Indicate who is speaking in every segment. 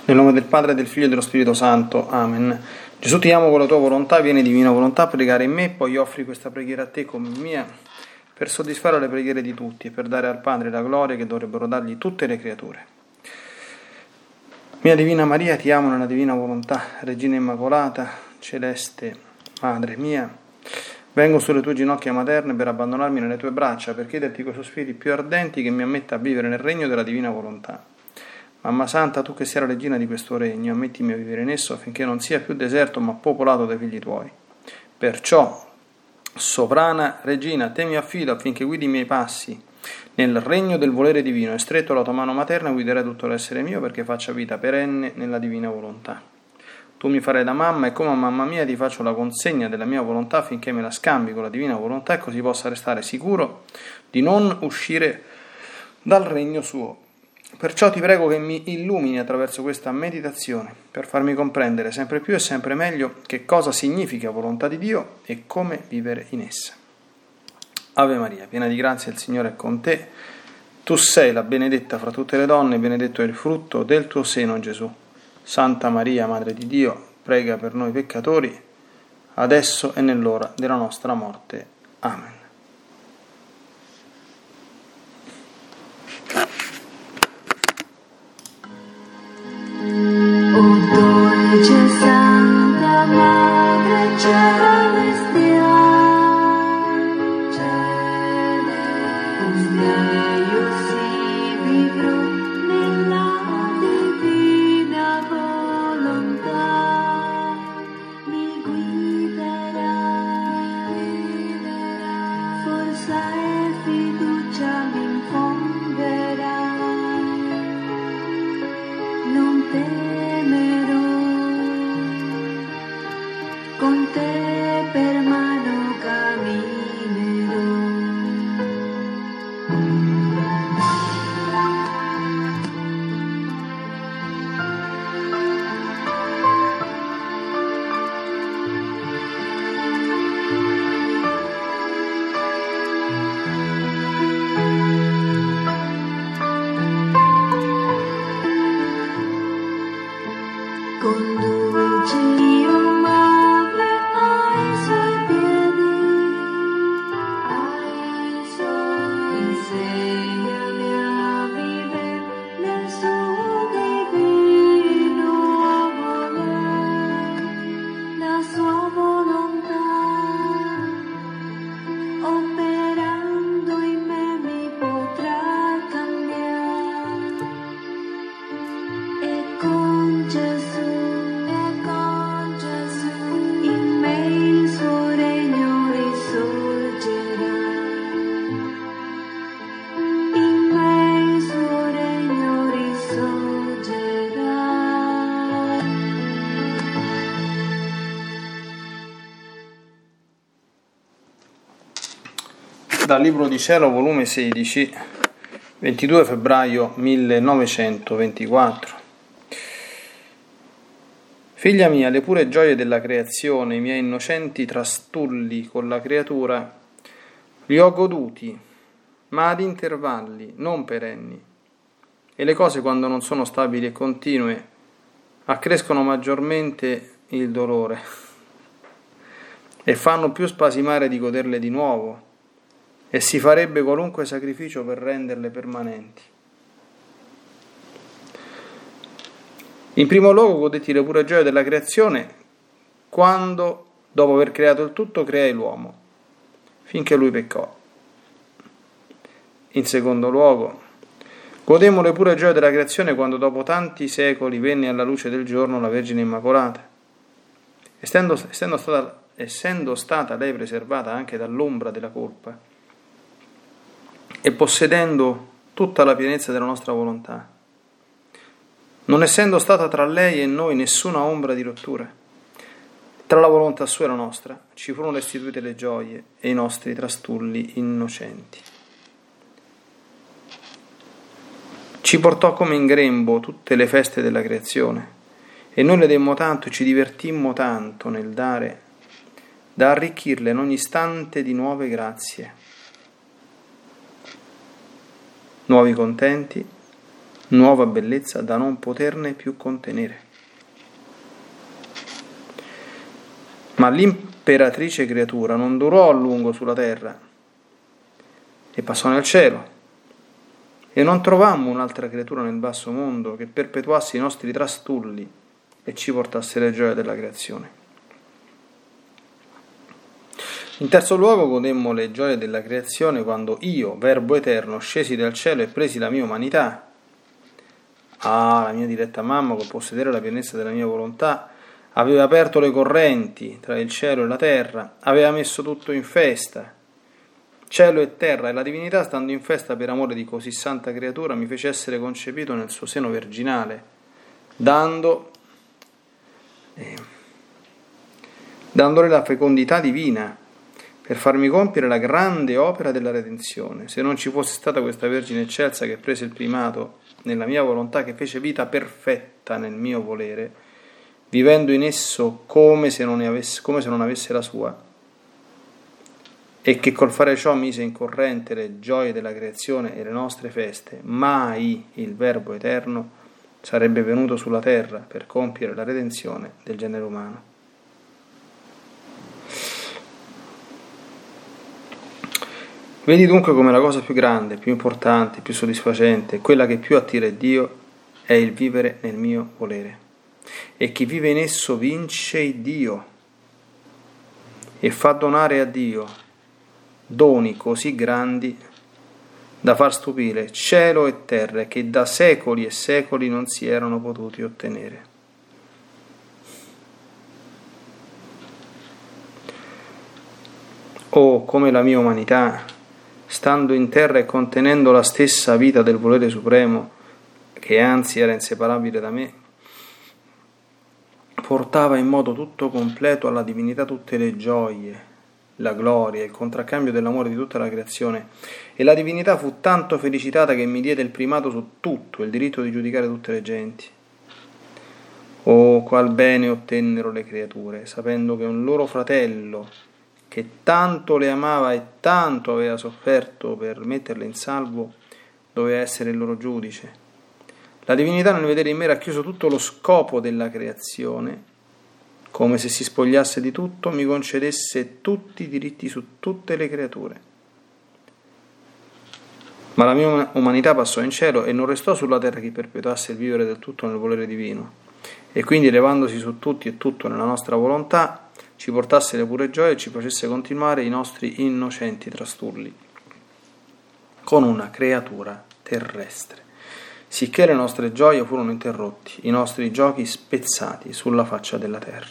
Speaker 1: Nel nome del Padre, del Figlio e dello Spirito Santo. Amen. Gesù, ti amo con la tua volontà, vieni divina volontà a pregare in me, poi offri questa preghiera a te come mia, per soddisfare le preghiere di tutti e per dare al Padre la gloria che dovrebbero dargli tutte le creature. Mia Divina Maria, ti amo nella divina volontà, Regina Immacolata, celeste Madre mia, vengo sulle tue ginocchia materne per abbandonarmi nelle tue braccia, per chiederti coi sospiri più ardenti che mi ammetta a vivere nel regno della divina volontà. Mamma Santa, tu che sei la regina di questo regno, ammettimi a vivere in esso affinché non sia più deserto ma popolato dai figli tuoi. Perciò, sovrana regina, te mi affido affinché guidi i miei passi nel regno del volere divino e stretto la tua mano materna guiderai tutto l'essere mio perché faccia vita perenne nella divina volontà. Tu mi farai da mamma e come mamma mia ti faccio la consegna della mia volontà affinché me la scambi con la divina volontà e così possa restare sicuro di non uscire dal regno suo. Perciò ti prego che mi illumini attraverso questa meditazione per farmi comprendere sempre più e sempre meglio che cosa significa volontà di Dio e come vivere in essa. Ave Maria, piena di grazia, il Signore è con te. Tu sei la benedetta fra tutte le donne, benedetto è il frutto del tuo seno, Gesù. Santa Maria, Madre di Dio, prega per noi peccatori, adesso e nell'ora della nostra morte. Amen.
Speaker 2: Santa Madre Celestial, Deus vivrò nella divina volontà, mi guiderà, forza e fiducia mi infonderà, non temerò. Con te per mano camminerò. Conduci
Speaker 1: Dal Libro di Cielo, volume 16, 22 febbraio 1924. Figlia mia, le pure gioie della creazione, i miei innocenti trastulli con la creatura, li ho goduti, ma ad intervalli, non perenni. E le cose, quando non sono stabili e continue, accrescono maggiormente il dolore e fanno più spasimare di goderle di nuovo, e si farebbe qualunque sacrificio per renderle permanenti. In primo luogo godetti le pure gioie della creazione quando, dopo aver creato il tutto, creai l'uomo, finché lui peccò. In secondo luogo, godemmo le pure gioie della creazione quando, dopo tanti secoli, venne alla luce del giorno la Vergine Immacolata. Essendo stata lei preservata anche dall'ombra della colpa, e possedendo tutta la pienezza della nostra volontà, non essendo stata tra lei e noi nessuna ombra di rottura, tra la volontà sua e la nostra ci furono restituite le gioie e i nostri trastulli innocenti. Ci portò come in grembo tutte le feste della creazione e noi le demmo tanto e ci divertimmo tanto nel dare da arricchirle in ogni istante di nuove grazie, nuovi contenti nuova bellezza da non poterne più contenere. Ma l'imperatrice creatura non durò a lungo sulla terra e passò nel cielo, e non trovammo un'altra creatura nel basso mondo che perpetuasse i nostri trastulli e ci portasse le gioie della creazione. In terzo luogo godemmo le gioie della creazione quando io, Verbo eterno, scesi dal cielo e presi la mia umanità. La mia diretta mamma, col possedere la pienezza della mia volontà, aveva aperto le correnti tra il cielo e la terra, aveva messo tutto in festa. Cielo e terra e la divinità, stando in festa per amore di così santa creatura, mi fece essere concepito nel suo seno virginale, dandole la fecondità divina, per farmi compiere la grande opera della redenzione. Se non ci fosse stata questa Vergine eccelsa che prese il primato nella mia volontà, che fece vita perfetta nel mio volere, vivendo in esso come se non avesse la sua, e che col fare ciò mise in corrente le gioie della creazione e le nostre feste, mai il Verbo eterno sarebbe venuto sulla terra per compiere la redenzione del genere umano. Vedi dunque come la cosa più grande, più importante, più soddisfacente, quella che più attira Dio, è il vivere nel mio volere. E chi vive in esso vince il Dio e fa donare a Dio doni così grandi da far stupire cielo e terra, che da secoli e secoli non si erano potuti ottenere. Oh, come la mia umanità, stando in terra e contenendo la stessa vita del volere supremo, che anzi era inseparabile da me, portava in modo tutto completo alla divinità tutte le gioie, la gloria, il contraccambio dell'amore di tutta la creazione, e la divinità fu tanto felicitata che mi diede il primato su tutto, il diritto di giudicare tutte le genti. Oh, qual bene ottennero le creature, sapendo che un loro fratello, che tanto le amava e tanto aveva sofferto per metterle in salvo, doveva essere il loro giudice. La divinità, nel vedere in me racchiuso tutto lo scopo della creazione, come se si spogliasse di tutto, mi concedesse tutti i diritti su tutte le creature. Ma la mia umanità passò in cielo e non restò sulla terra chi perpetuasse il vivere del tutto nel volere divino, e quindi levandosi su tutti e tutto nella nostra volontà, ci portasse le pure gioie e ci facesse continuare i nostri innocenti trastulli con una creatura terrestre, sicché le nostre gioie furono interrotti, i nostri giochi spezzati sulla faccia della terra.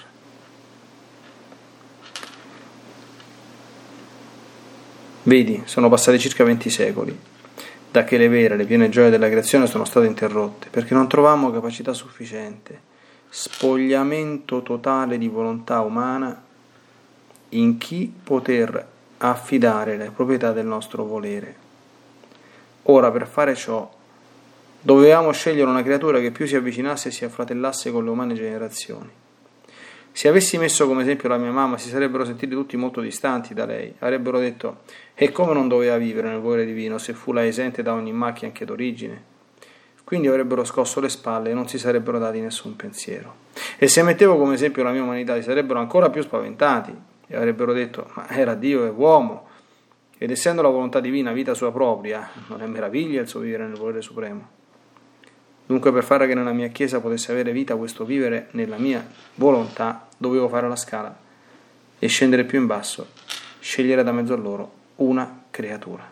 Speaker 1: Vedi, sono passati circa 20 secoli da che le vere, le piene gioie della creazione sono state interrotte, perché non trovammo capacità sufficiente, spogliamento totale di volontà umana in chi poter affidare le proprietà del nostro volere. Ora, per fare ciò, dovevamo scegliere una creatura che più si avvicinasse e si affratellasse con le umane generazioni. Se avessi messo come esempio la mia mamma, si sarebbero sentiti tutti molto distanti da lei, avrebbero detto: e come non doveva vivere nel volere divino se fu la esente da ogni macchia anche d'origine? Quindi avrebbero scosso le spalle e non si sarebbero dati nessun pensiero. E se mettevo come esempio la mia umanità, si sarebbero ancora più spaventati e avrebbero detto: ma era Dio e uomo, ed essendo la volontà divina vita sua propria, non è meraviglia il suo vivere nel volere supremo? Dunque, per fare che nella mia Chiesa potesse avere vita questo vivere nella mia volontà, dovevo fare la scala e scendere più in basso, scegliere da mezzo a loro una creatura.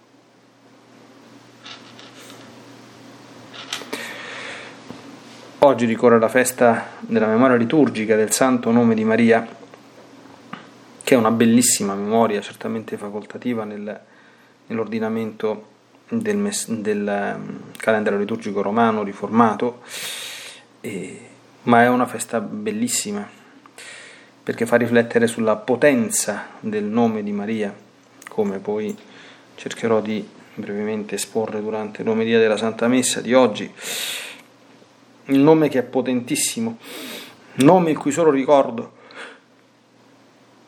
Speaker 1: Oggi ricorre la festa della memoria liturgica del Santo Nome di Maria, che è una bellissima memoria, certamente facoltativa nell'ordinamento del calendario liturgico romano riformato, ma è una festa bellissima, perché fa riflettere sulla potenza del nome di Maria, come poi cercherò di brevemente esporre durante l'omelia della Santa Messa di oggi. Il nome che è potentissimo, nome il cui solo ricordo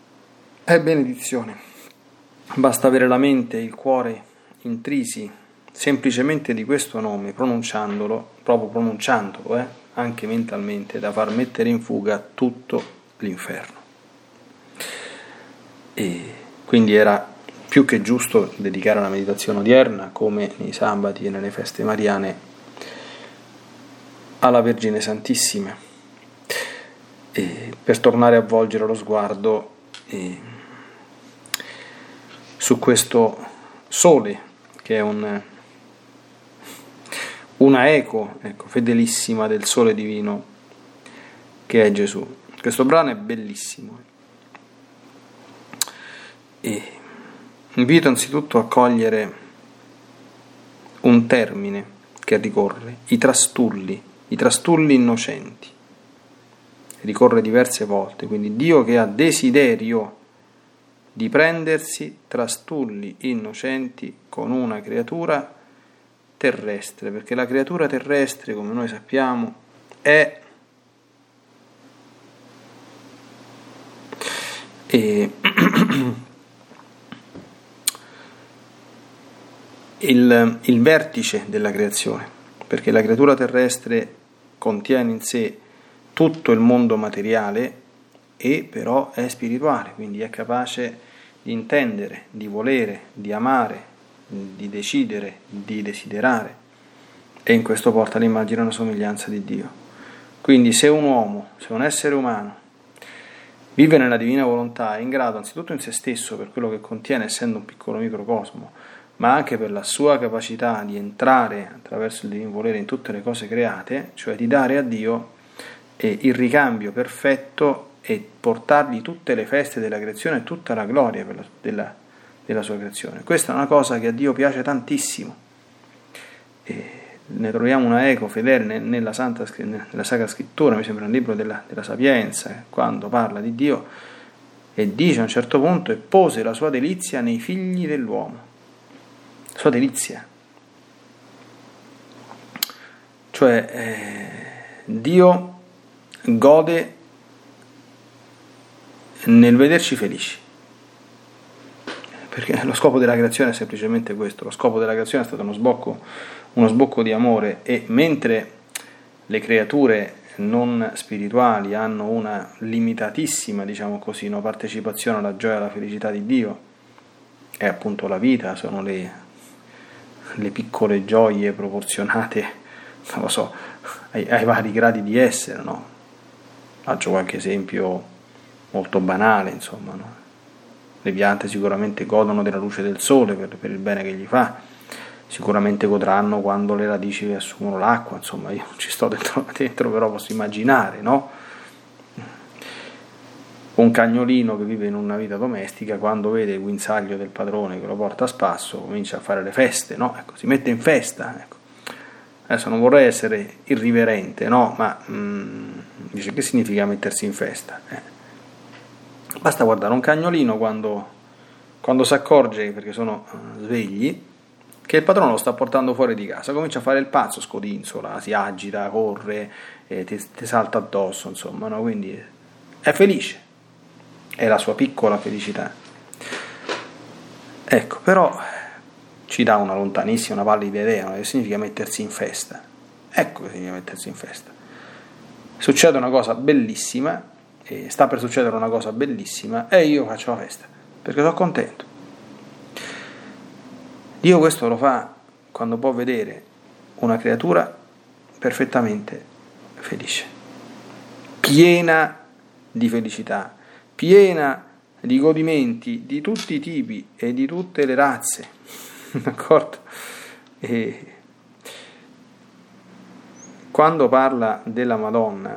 Speaker 1: è benedizione. Basta avere la mente e il cuore intrisi semplicemente di questo nome, pronunciandolo, anche mentalmente, da far mettere in fuga tutto l'inferno. E quindi era più che giusto dedicare la meditazione odierna, come nei sabati e nelle feste mariane, alla Vergine Santissima, per tornare a volgere lo sguardo su questo sole, che è una eco, fedelissima del sole divino che è Gesù. Questo brano è bellissimo e invito anzitutto a cogliere un termine che ricorre, i trastulli innocenti. Ricorre diverse volte, quindi Dio che ha desiderio di prendersi trastulli innocenti con una creatura terrestre, perché la creatura terrestre, come noi sappiamo, è il vertice della creazione, perché la creatura terrestre contiene in sé tutto il mondo materiale e però è spirituale, quindi è capace di intendere, di volere, di amare, di decidere, di desiderare, e in questo porta l'immagine e la somiglianza di Dio. Quindi se un uomo, se un essere umano vive nella divina volontà, è in grado anzitutto in se stesso, per quello che contiene essendo un piccolo microcosmo, ma anche per la sua capacità di entrare attraverso il divino volere in tutte le cose create, cioè di dare a Dio il ricambio perfetto e portargli tutte le feste della creazione e tutta la gloria della sua creazione. Questa è una cosa che a Dio piace tantissimo. Ne troviamo una eco fedele nella Sacra Scrittura, mi sembra un libro della Sapienza, quando parla di Dio e dice a un certo punto: e pose la sua delizia nei figli dell'uomo. Sua delizia, cioè Dio gode nel vederci felici, perché lo scopo della creazione è semplicemente questo. Lo scopo della creazione è stato uno sbocco di amore, e mentre le creature non spirituali hanno una limitatissima, diciamo così, partecipazione alla gioia e alla felicità di Dio, è appunto la vita, sono le piccole gioie proporzionate, non lo so, ai vari gradi di essere, no? Faccio qualche esempio molto banale, insomma, no? Le piante sicuramente godono della luce del sole per il bene che gli fa, sicuramente godranno quando le radici assumono l'acqua, insomma, io non ci sto dentro, però posso immaginare, no? Un cagnolino che vive in una vita domestica, quando vede il guinzaglio del padrone che lo porta a spasso, comincia a fare le feste, no? Ecco, si mette in festa, ecco. Adesso non vorrei essere irriverente, no? Ma dice, che significa mettersi in festa? Basta guardare un cagnolino quando si accorge, perché sono svegli, che il padrone lo sta portando fuori di casa, comincia a fare il pazzo, scodinzola, si agita, corre, ti salta addosso, insomma, no? Quindi è felice, è la sua piccola felicità. Ecco, però ci dà una lontanissima, una pallida idea, no? Che significa mettersi in festa. Ecco che significa mettersi in festa. Succede una cosa bellissima, sta per succedere una cosa bellissima, e io faccio la festa perché sono contento. Dio questo lo fa quando può vedere una creatura perfettamente felice, piena di felicità, piena di godimenti di tutti i tipi e di tutte le razze, d'accordo? E quando parla della Madonna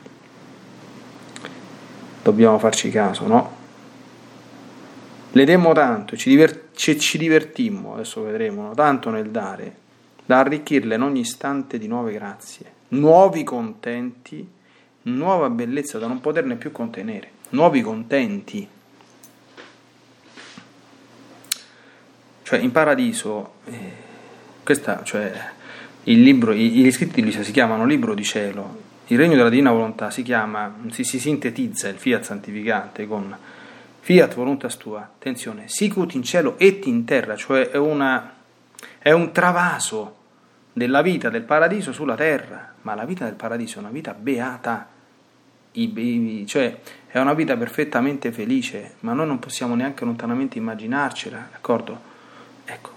Speaker 1: dobbiamo farci caso, no? Le demmo tanto, ci divertimmo, adesso vedremo, no? Tanto nel dare, da arricchirle in ogni istante di nuove grazie, nuovi contenti, nuova bellezza da non poterne più contenere, nuovi contenti. Cioè in paradiso, il libro, gli scritti di Luisa si chiamano libro di cielo, il regno della divina volontà si sintetizza il fiat santificante con fiat voluntas tua, attenzione, sicut in cielo et in terra, cioè è una è un travaso della vita del paradiso sulla terra, ma la vita del paradiso è una vita beata, cioè è una vita perfettamente felice, ma noi non possiamo neanche lontanamente immaginarcela, d'accordo? Ecco,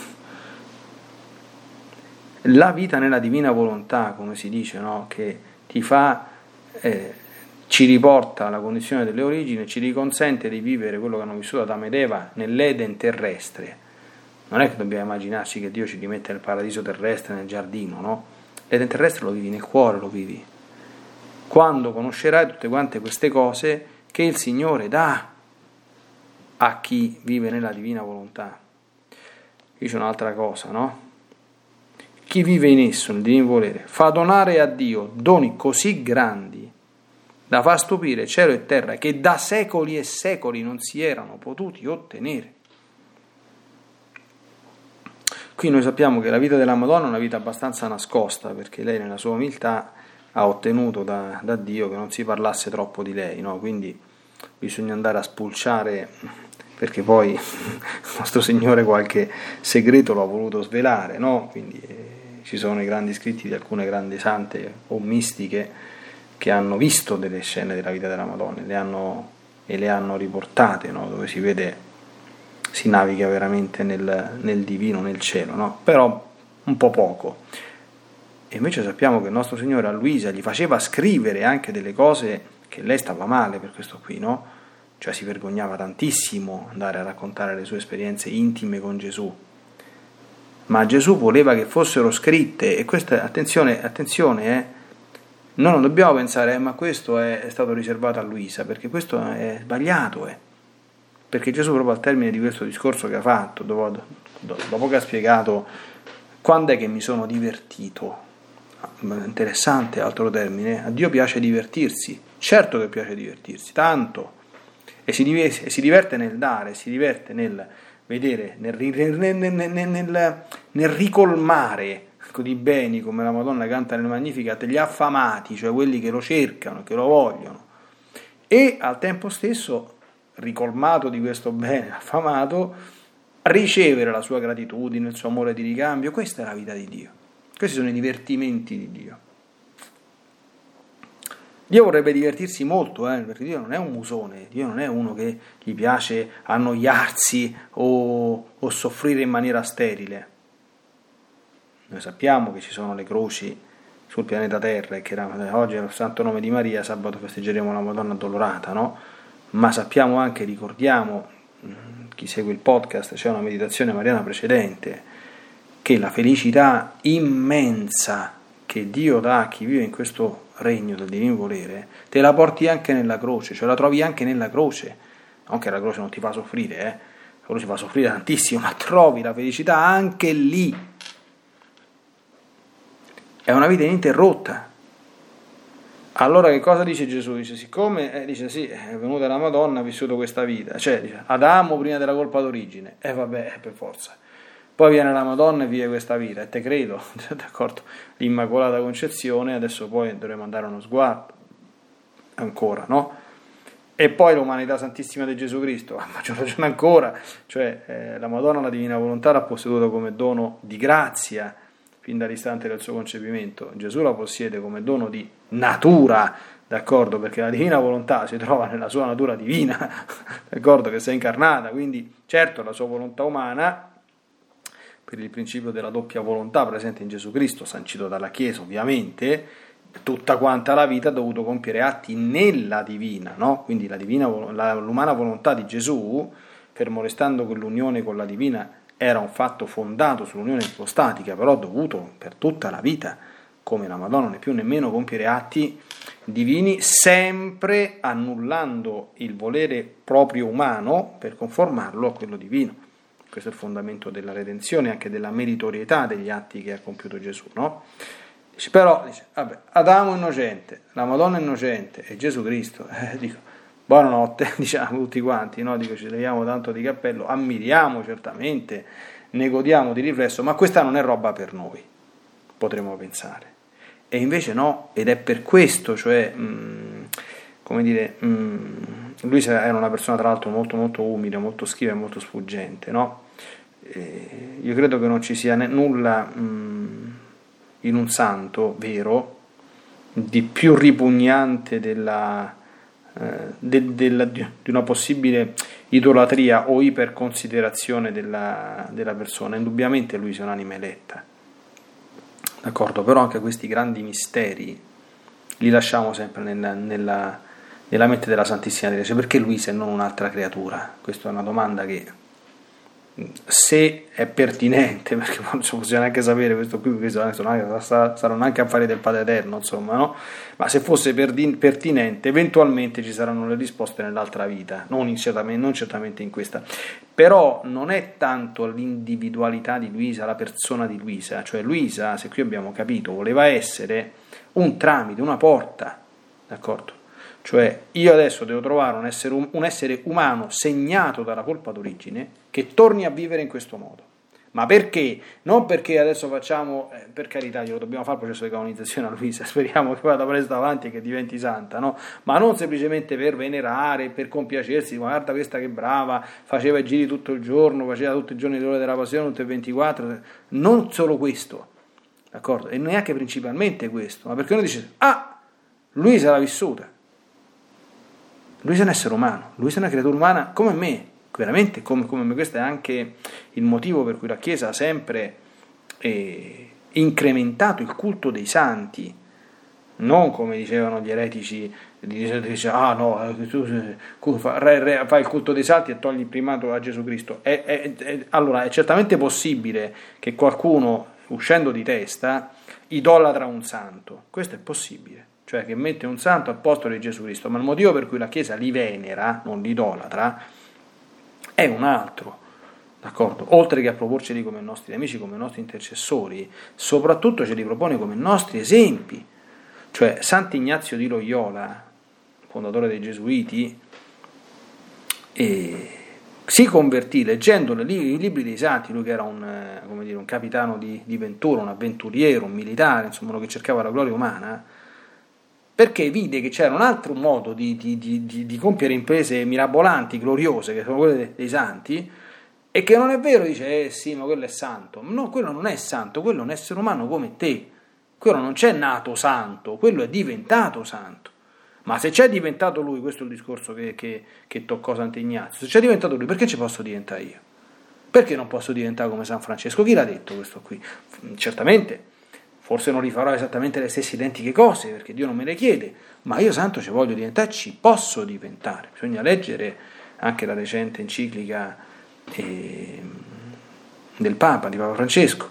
Speaker 1: la vita nella divina volontà, come si dice, no? Che ti fa, ci riporta alla condizione delle origini, ci riconsente di vivere quello che hanno vissuto Adamo ed Eva nell'Eden terrestre. Non è che dobbiamo immaginarci che Dio ci rimette nel paradiso terrestre, nel giardino, no? L'Eden terrestre lo vivi nel cuore, lo vivi. Quando conoscerai tutte quante queste cose che il Signore dà a chi vive nella divina volontà. Qui c'è un'altra cosa, no? Chi vive in esso, nel divino volere, fa donare a Dio doni così grandi da far stupire cielo e terra, che da secoli e secoli non si erano potuti ottenere. Qui noi sappiamo che la vita della Madonna è una vita abbastanza nascosta, perché lei nella sua umiltà ha ottenuto da Dio che non si parlasse troppo di lei, no? Quindi bisogna andare a spulciare, perché poi il nostro Signore qualche segreto lo ha voluto svelare, no? Quindi ci sono i grandi scritti di alcune grandi sante o mistiche che hanno visto delle scene della vita della Madonna e le hanno riportate, no? Dove si vede, si naviga veramente nel divino, nel cielo, no? Però un po' poco. E invece sappiamo che il nostro Signore a Luisa gli faceva scrivere anche delle cose che lei stava male per questo qui, no? Cioè si vergognava tantissimo andare a raccontare le sue esperienze intime con Gesù. Ma Gesù voleva che fossero scritte, e questa, attenzione, noi non dobbiamo pensare, ma questo è stato riservato a Luisa, perché questo è sbagliato, perché Gesù proprio al termine di questo discorso che ha fatto, dopo che ha spiegato quando è che mi sono divertito, interessante altro termine, a Dio piace divertirsi, certo che piace divertirsi, tanto, e si diverte nel dare, si diverte nel vedere, nel ricolmare di beni, come la Madonna canta nel Magnificat, gli affamati, cioè quelli che lo cercano, che lo vogliono, e al tempo stesso, ricolmato di questo bene, affamato, ricevere la sua gratitudine, il suo amore di ricambio. Questa è la vita di Dio, questi sono i divertimenti di Dio. Dio vorrebbe divertirsi molto, perché Dio non è un musone, Dio non è uno che gli piace annoiarsi o soffrire in maniera sterile. Noi sappiamo che ci sono le croci sul pianeta Terra e che oggi è il Santo Nome di Maria, sabato festeggeremo la Madonna Addolorata, no? Ma sappiamo anche, ricordiamo, chi segue il podcast, c'è una meditazione mariana precedente, che la felicità immensa che Dio dà a chi vive in questo regno del divino volere, te la porti anche nella croce, cioè la trovi anche nella croce. Non che la croce non ti fa soffrire, la croce fa soffrire tantissimo, ma trovi la felicità anche lì. È una vita ininterrotta. Allora che cosa dice Gesù? Dice, siccome dice sì, è venuta la Madonna, ha vissuto questa vita, cioè dice, Adamo prima della colpa d'origine, vabbè, per forza. Poi viene la Madonna e vive questa vita, e te credo, d'accordo? L'Immacolata Concezione, adesso poi dovremo andare a uno sguardo, ancora, no? E poi l'umanità santissima di Gesù Cristo, a maggior ragione ancora, cioè la Madonna, la Divina Volontà, l'ha posseduta come dono di grazia, fin dall'istante del suo concepimento. Gesù la possiede come dono di natura, d'accordo? Perché la Divina Volontà si trova nella sua natura divina, d'accordo? Che si è incarnata, quindi certo la sua volontà umana, per il principio della doppia volontà presente in Gesù Cristo, sancito dalla Chiesa ovviamente, tutta quanta la vita ha dovuto compiere atti nella divina, no? Quindi l'umana volontà di Gesù, fermo restando che l'unione con la divina era un fatto fondato sull'unione ipostatica, però dovuto per tutta la vita, come la Madonna, né più nemmeno compiere atti divini, sempre annullando il volere proprio umano per conformarlo a quello divino. Questo è il fondamento della redenzione, anche della meritorietà degli atti che ha compiuto Gesù, no? Dice, vabbè, Adamo innocente, la Madonna innocente e Gesù Cristo, dico, buonanotte, diciamo tutti quanti, no? Dico, ci leviamo tanto di cappello, ammiriamo certamente, ne godiamo di riflesso, ma questa non è roba per noi, potremmo pensare. E invece no, ed è per questo, cioè, lui era una persona tra l'altro molto molto umile, molto schiva e molto sfuggente, no? io credo che non ci sia nulla in un santo vero di più ripugnante di una possibile idolatria o iperconsiderazione della persona. Indubbiamente lui è un'anima eletta, d'accordo? Però anche questi grandi misteri li lasciamo sempre nella mente della Santissima Teresa. Perché lui se non un'altra creatura? Questa è una domanda che, se è pertinente, perché non si può neanche sapere questo qui, perché saranno anche affari del Padre Eterno, insomma, no? Ma se fosse pertinente, eventualmente ci saranno le risposte nell'altra vita, non certamente in questa. Però non è tanto l'individualità di Luisa, la persona di Luisa, cioè Luisa, se qui abbiamo capito, voleva essere un tramite, una porta, d'accordo? Cioè io adesso devo trovare un essere umano segnato dalla colpa d'origine che torni a vivere in questo modo. Ma perché? Non perché adesso facciamo, per carità, glielo dobbiamo fare il processo di canonizzazione a Luisa, speriamo che vada presto avanti e che diventi santa, no? Ma non semplicemente per venerare, per compiacersi, guarda questa che brava, faceva i giri tutto il giorno, faceva tutti i giorni l'ora della passione, tutte e 24, non solo questo, d'accordo? E neanche principalmente questo, ma perché uno dice, Luisa l'ha vissuta. Lui è un essere umano, lui è una creatura umana come me, veramente come me. Questo è anche il motivo per cui la Chiesa ha sempre incrementato il culto dei santi, non come dicevano gli eretici, tu fai il culto dei santi e togli il primato a Gesù Cristo. Allora è certamente possibile che qualcuno, uscendo di testa, idolatra un santo, questo è possibile, cioè che mette un santo al posto di Gesù Cristo, ma il motivo per cui la Chiesa li venera, non li idolatra, è un altro, d'accordo? Oltre che a proporceli come nostri amici, come nostri intercessori, soprattutto ce li propone come nostri esempi. Cioè Sant'Ignazio di Loyola, fondatore dei Gesuiti, si convertì leggendo i libri dei santi. Lui che era un capitano di ventura, un avventuriero, un militare, insomma uno che cercava la gloria umana, perché vide che c'era un altro modo di compiere imprese mirabolanti, gloriose, che sono quelle dei santi, e che non è vero, dice, sì, ma quello è santo. No, quello non è santo, quello è un essere umano come te. Quello non c'è nato santo, quello è diventato santo. Ma se c'è diventato lui, questo è il discorso che toccò Sant'Ignazio, se c'è diventato lui, perché ci posso diventare io? Perché non posso diventare come San Francesco? Chi l'ha detto questo qui? Certamente, forse non rifarò esattamente le stesse identiche cose, perché Dio non me le chiede, ma io santo ci voglio diventare, ci posso diventare. Bisogna leggere anche la recente enciclica del Papa, di Papa Francesco,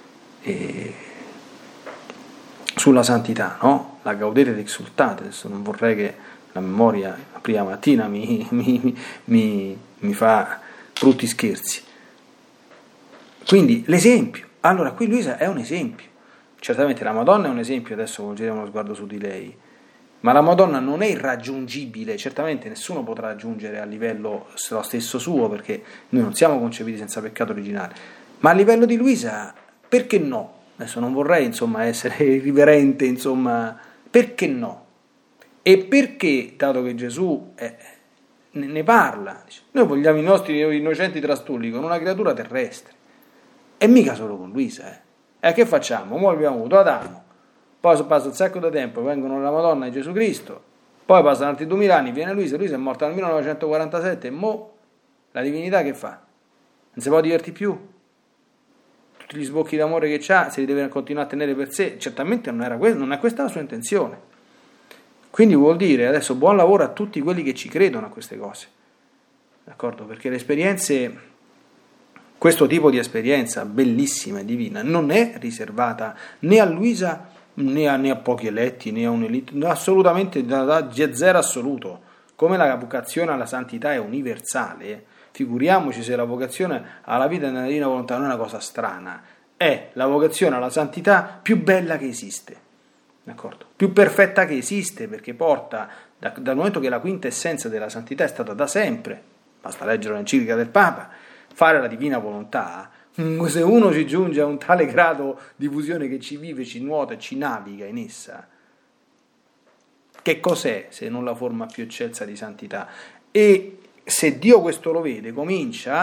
Speaker 1: sulla santità, no? La Gaudete et Exsultate. Adesso non vorrei che la memoria la prima mattina mi fa brutti scherzi. Quindi l'esempio. Allora qui Luisa è un esempio. Certamente la Madonna è un esempio, adesso volgeremo uno sguardo su di lei, ma la Madonna non è irraggiungibile, certamente nessuno potrà raggiungere a livello lo stesso suo, perché noi non siamo concepiti senza peccato originale, ma a livello di Luisa, perché no? Adesso non vorrei, insomma, essere irriverente, insomma, perché no? E perché, dato che Gesù ne parla, dice, noi vogliamo i nostri innocenti trastulli con una creatura terrestre, e mica solo con Luisa, E che facciamo? Ora abbiamo avuto Adamo, poi passa un sacco di tempo, vengono la Madonna e Gesù Cristo, poi passano altri 2000 anni, viene Luisa è morta nel 1947, e mo la divinità che fa? Non si può divertire più? Tutti gli sbocchi d'amore che c'ha, se li deve continuare a tenere per sé? Certamente non è questa la sua intenzione. Quindi vuol dire, adesso buon lavoro a tutti quelli che ci credono a queste cose, d'accordo? Perché le esperienze, questo tipo di esperienza bellissima e divina non è riservata né a Luisa né a pochi eletti né a un'elite, assolutamente da zero assoluto. Come la vocazione alla santità è universale, figuriamoci se la vocazione alla vita nella divina volontà non è una cosa strana, è la vocazione alla santità più bella che esiste, d'accordo? Più perfetta che esiste, perché porta, dal momento che la quinta essenza della santità è stata da sempre, basta leggere l'enciclica del Papa, fare la divina volontà, se uno ci giunge a un tale grado di fusione che ci vive, ci nuota e ci naviga in essa, che cos'è se non la forma più eccelsa di santità? E se Dio questo lo vede, comincia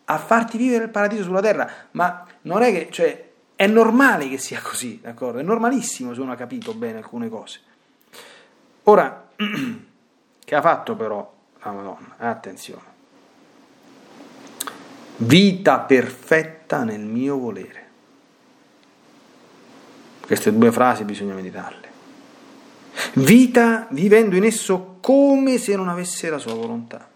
Speaker 1: a farti vivere il paradiso sulla terra, ma non è che, cioè, è normale che sia così, d'accordo? È normalissimo se uno ha capito bene alcune cose. Ora, che ha fatto però la Madonna? Attenzione. Vita perfetta nel mio volere. Queste due frasi bisogna meditarle. Vita vivendo in esso come se non avesse la sua volontà.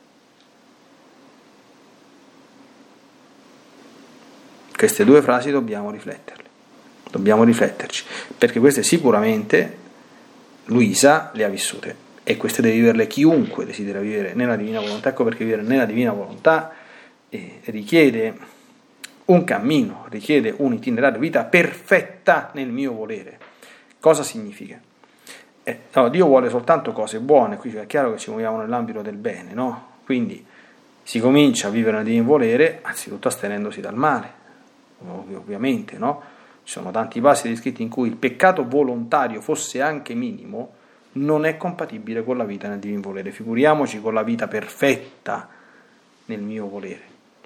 Speaker 1: Queste due frasi dobbiamo rifletterle, dobbiamo rifletterci, perché queste sicuramente Luisa le ha vissute e queste deve viverle chiunque desidera vivere nella divina volontà. Ecco perché vivere nella divina volontà richiede un cammino, richiede un itinerario, vita perfetta nel mio volere. Cosa significa? No, Dio vuole soltanto cose buone, qui è chiaro che ci muoviamo nell'ambito del bene, no? Quindi si comincia a vivere nel divino volere anzitutto astenendosi dal male, ovviamente, no? Ci sono tanti passi descritti in cui il peccato volontario, fosse anche minimo, non è compatibile con la vita nel divino volere, figuriamoci con la vita perfetta nel mio volere.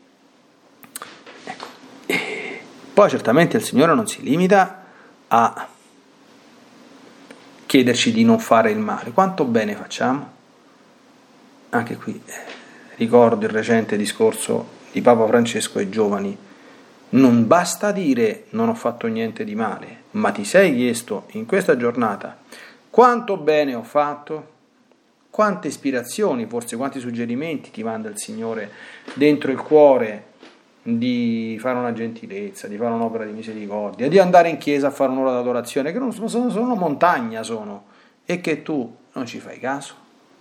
Speaker 1: Ecco. E poi certamente il Signore non si limita a chiederci di non fare il male. Quanto bene facciamo? Anche qui ricordo il recente discorso di Papa Francesco ai giovani. Non basta dire non ho fatto niente di male, ma ti sei chiesto in questa giornata quanto bene ho fatto? Quante ispirazioni, forse quanti suggerimenti ti manda il Signore dentro il cuore di fare una gentilezza, di fare un'opera di misericordia, di andare in chiesa a fare un'ora d'adorazione, che non sono montagna, sono, e che tu non ci fai caso.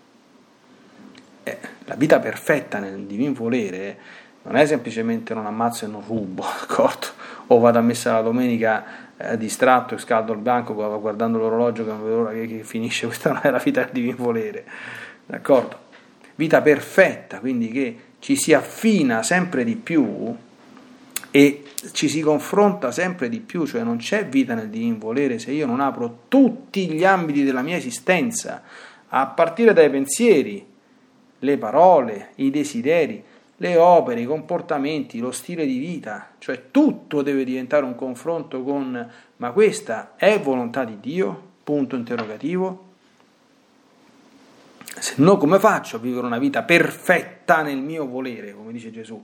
Speaker 1: La vita perfetta nel divin volere non è semplicemente non ammazzo e non rubo, d'accordo? O vado a messa la domenica distratto e scaldo il banco guardando l'orologio che non vedo l'ora che finisce. Questa non è la vita del divin volere, d'accordo? Vita perfetta, quindi che ci si affina sempre di più e ci si confronta sempre di più, cioè non c'è vita nel divin volere se io non apro tutti gli ambiti della mia esistenza, a partire dai pensieri, le parole, i desideri, le opere, i comportamenti, lo stile di vita, cioè tutto deve diventare un confronto con ma questa è volontà di Dio? Punto interrogativo. Se no, come faccio a vivere una vita perfetta nel mio volere, come dice Gesù?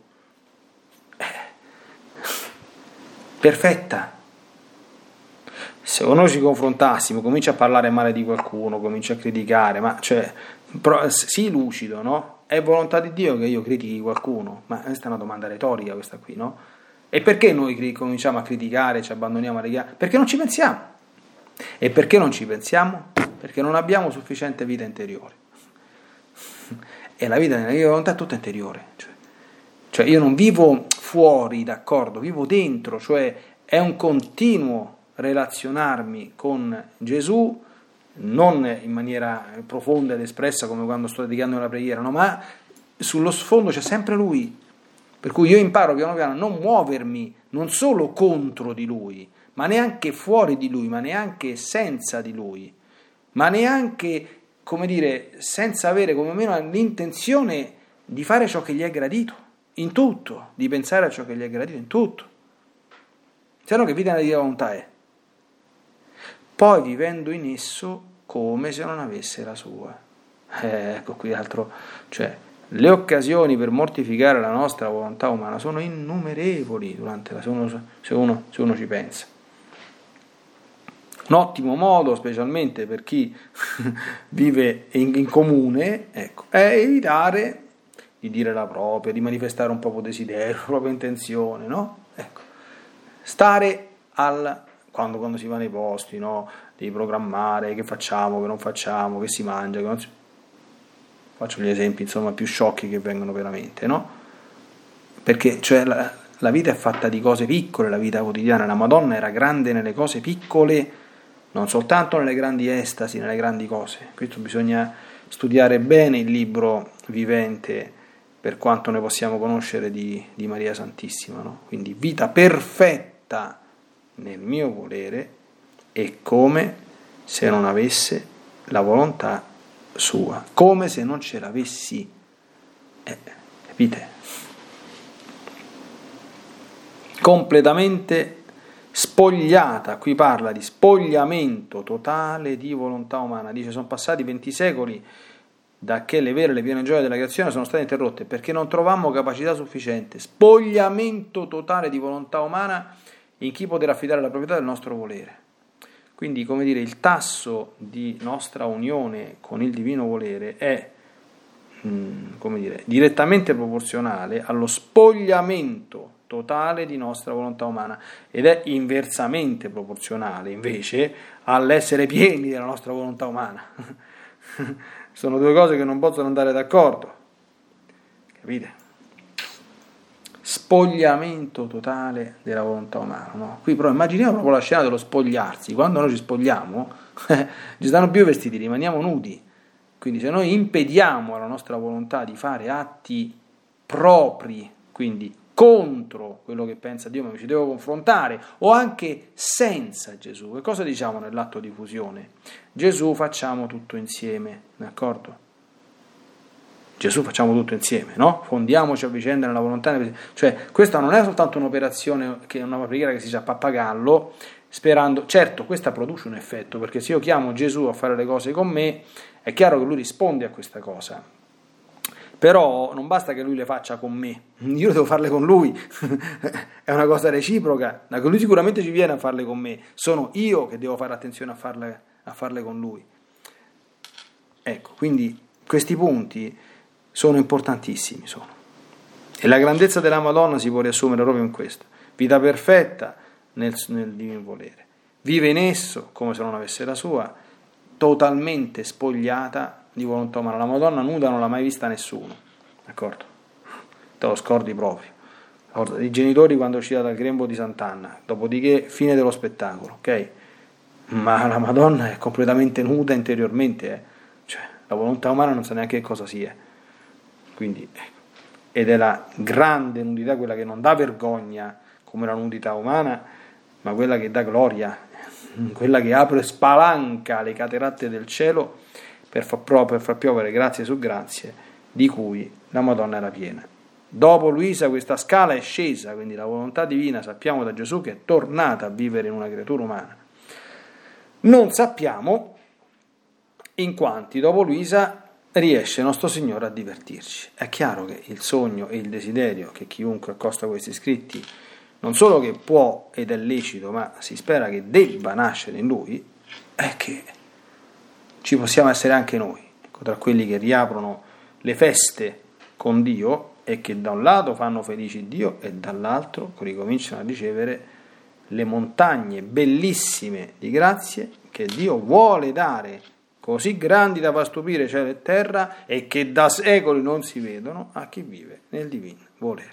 Speaker 1: Perfetta. Se noi ci confrontassimo, comincia a parlare male di qualcuno, comincia a criticare, ma cioè, sii lucido, no? È volontà di Dio che io critichi qualcuno? Ma questa è una domanda retorica questa qui, no? E perché noi cominciamo a criticare, ci abbandoniamo a rigare? Perché non ci pensiamo. E perché non ci pensiamo? Perché non abbiamo sufficiente vita interiore. E la vita nella mia volontà è tutta interiore. Cioè io non vivo fuori, d'accordo? Vivo dentro, cioè è un continuo relazionarmi con Gesù, non in maniera profonda ed espressa come quando sto dedicando una preghiera, no, ma sullo sfondo c'è sempre Lui, per cui io imparo piano piano a non muovermi non solo contro di Lui, ma neanche fuori di Lui, ma neanche senza di Lui, ma neanche, come dire, senza avere come meno l'intenzione di fare ciò che gli è gradito, in tutto, di pensare a ciò che gli è gradito in tutto. Se no che vita nella divina volontà è? Poi vivendo in esso come se non avesse la sua. Ecco qui altro, cioè le occasioni per mortificare la nostra volontà umana sono innumerevoli durante la, se uno ci pensa. Un ottimo modo, specialmente per chi vive in comune, ecco, è evitare di dire la propria, di manifestare un proprio desiderio, la propria intenzione, no? Ecco, stare quando si va nei posti, no? Devi programmare che facciamo, che non facciamo, che si mangia, che non si... Faccio gli esempi, insomma, più sciocchi che vengono veramente, no? Perché cioè la vita è fatta di cose piccole, la vita quotidiana. La Madonna era grande nelle cose piccole, non soltanto nelle grandi estasi, nelle grandi cose. Questo bisogna studiare bene il libro vivente per quanto ne possiamo conoscere di Maria Santissima, no? Quindi vita perfetta nel mio volere è come se non avesse la volontà sua, come se non ce l'avessi, capite? completamente spogliata. Qui parla di spogliamento totale di volontà umana. Dice: sono passati 20 secoli da che le vere e le piene gioie della creazione sono state interrotte, perché non trovammo capacità sufficiente. Spogliamento totale di volontà umana in chi poter affidare la proprietà del nostro volere. Quindi, come dire, il tasso di nostra unione con il divino volere è, come dire, direttamente proporzionale allo spogliamento totale di nostra volontà umana, ed è inversamente proporzionale invece all'essere pieni della nostra volontà umana. Sono due cose che non possono andare d'accordo, capite? Spogliamento totale della volontà umana, no? Qui però immaginiamo proprio la scena dello spogliarsi. Quando noi ci spogliamo ci stanno più i vestiti, rimaniamo nudi. Quindi se noi impediamo alla nostra volontà di fare atti propri, quindi contro quello che pensa Dio, ma mi ci devo confrontare, o anche senza Gesù, che cosa diciamo nell'atto di fusione? Gesù, facciamo tutto insieme, d'accordo? Gesù, facciamo tutto insieme, no? Fondiamoci a vicenda nella volontà. Cioè, questa non è soltanto un'operazione, che è una preghiera che si dice a pappagallo, sperando. Certo, questa produce un effetto, perché se io chiamo Gesù a fare le cose con me, è chiaro che lui risponde a questa cosa. Però non basta che lui le faccia con me, io devo farle con lui. È una cosa reciproca, che lui sicuramente ci viene a farle con me, sono io che devo fare attenzione a farle con lui. Ecco, quindi questi punti sono importantissimi, e la grandezza della Madonna si può riassumere proprio in questo: vita perfetta nel divino volere, vive in esso come se non avesse la sua, totalmente spogliata di volontà umana. La Madonna nuda non l'ha mai vista nessuno, d'accordo? Te lo scordi proprio. I genitori quando uscita dal grembo di Sant'Anna, dopodiché fine dello spettacolo, ok? Ma la Madonna è completamente nuda interiormente, cioè la volontà umana non sa neanche che cosa sia. Quindi, ed è la grande nudità, quella che non dà vergogna come la nudità umana, ma quella che dà gloria, quella che apre e spalanca le cateratte del cielo per far piovere grazie su grazie, di cui la Madonna era piena. Dopo Luisa questa scala è scesa, quindi la volontà divina sappiamo da Gesù che è tornata a vivere in una creatura umana. Non sappiamo in quanti dopo Luisa riesce nostro Signore a divertirci. È chiaro che il sogno e il desiderio che chiunque accosta questi scritti non solo che può ed è lecito, ma si spera che debba nascere in lui, è che ci possiamo essere anche noi, tra quelli che riaprono le feste con Dio e che da un lato fanno felici Dio e dall'altro ricominciano a ricevere le montagne bellissime di grazie che Dio vuole dare, così grandi da far stupire cielo e terra, e che da secoli non si vedono a chi vive nel divino volere.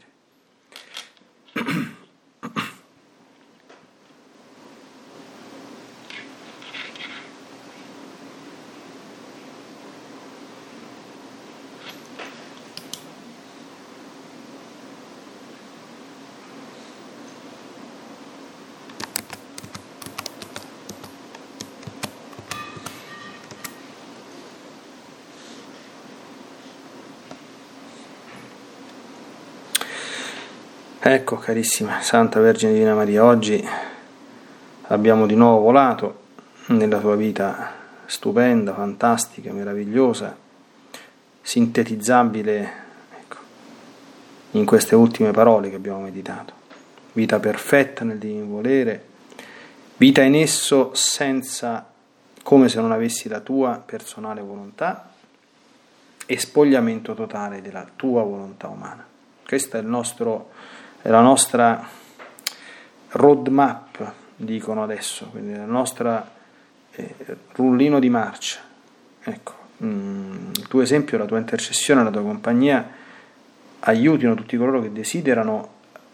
Speaker 1: Ecco, carissima Santa Vergine Divina Maria, oggi abbiamo di nuovo volato nella tua vita stupenda, fantastica, meravigliosa, sintetizzabile, ecco, in queste ultime parole che abbiamo meditato. Vita perfetta nel divino volere, vita in esso senza, come se non avessi la tua personale volontà, e spogliamento totale della tua volontà umana. Questa è la nostra roadmap, dicono adesso, quindi la nostra rullino di marcia. Ecco, il tuo esempio, la tua intercessione, la tua compagnia aiutino tutti coloro che desiderano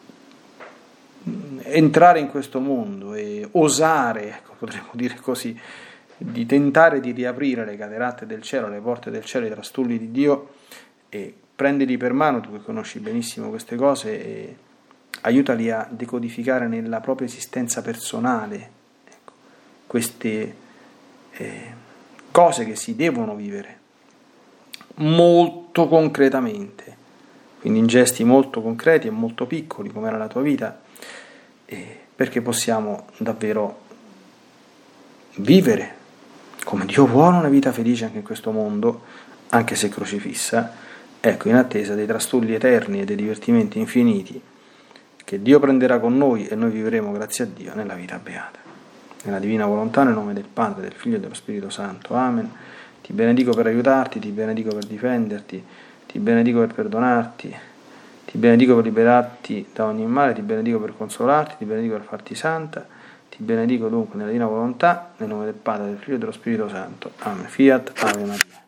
Speaker 1: entrare in questo mondo e osare, ecco, potremmo dire così, di tentare di riaprire le cateratte del cielo, le porte del cielo, i trastulli di Dio, e prendili per mano, tu che conosci benissimo queste cose, e aiutali a decodificare nella propria esistenza personale, ecco, queste cose che si devono vivere molto concretamente, quindi in gesti molto concreti e molto piccoli, come era la tua vita, perché possiamo davvero vivere come Dio vuole una vita felice anche in questo mondo, anche se crocifissa, ecco, in attesa dei trastulli eterni e dei divertimenti infiniti che Dio prenderà con noi e noi vivremo, grazie a Dio, nella vita beata. Nella divina volontà, nel nome del Padre, del Figlio e dello Spirito Santo. Amen. Ti benedico per aiutarti, ti benedico per difenderti, ti benedico per perdonarti, ti benedico per liberarti da ogni male, ti benedico per consolarti, ti benedico per farti santa, ti benedico dunque nella divina volontà, nel nome del Padre, del Figlio e dello Spirito Santo. Amen. Fiat Ave Maria.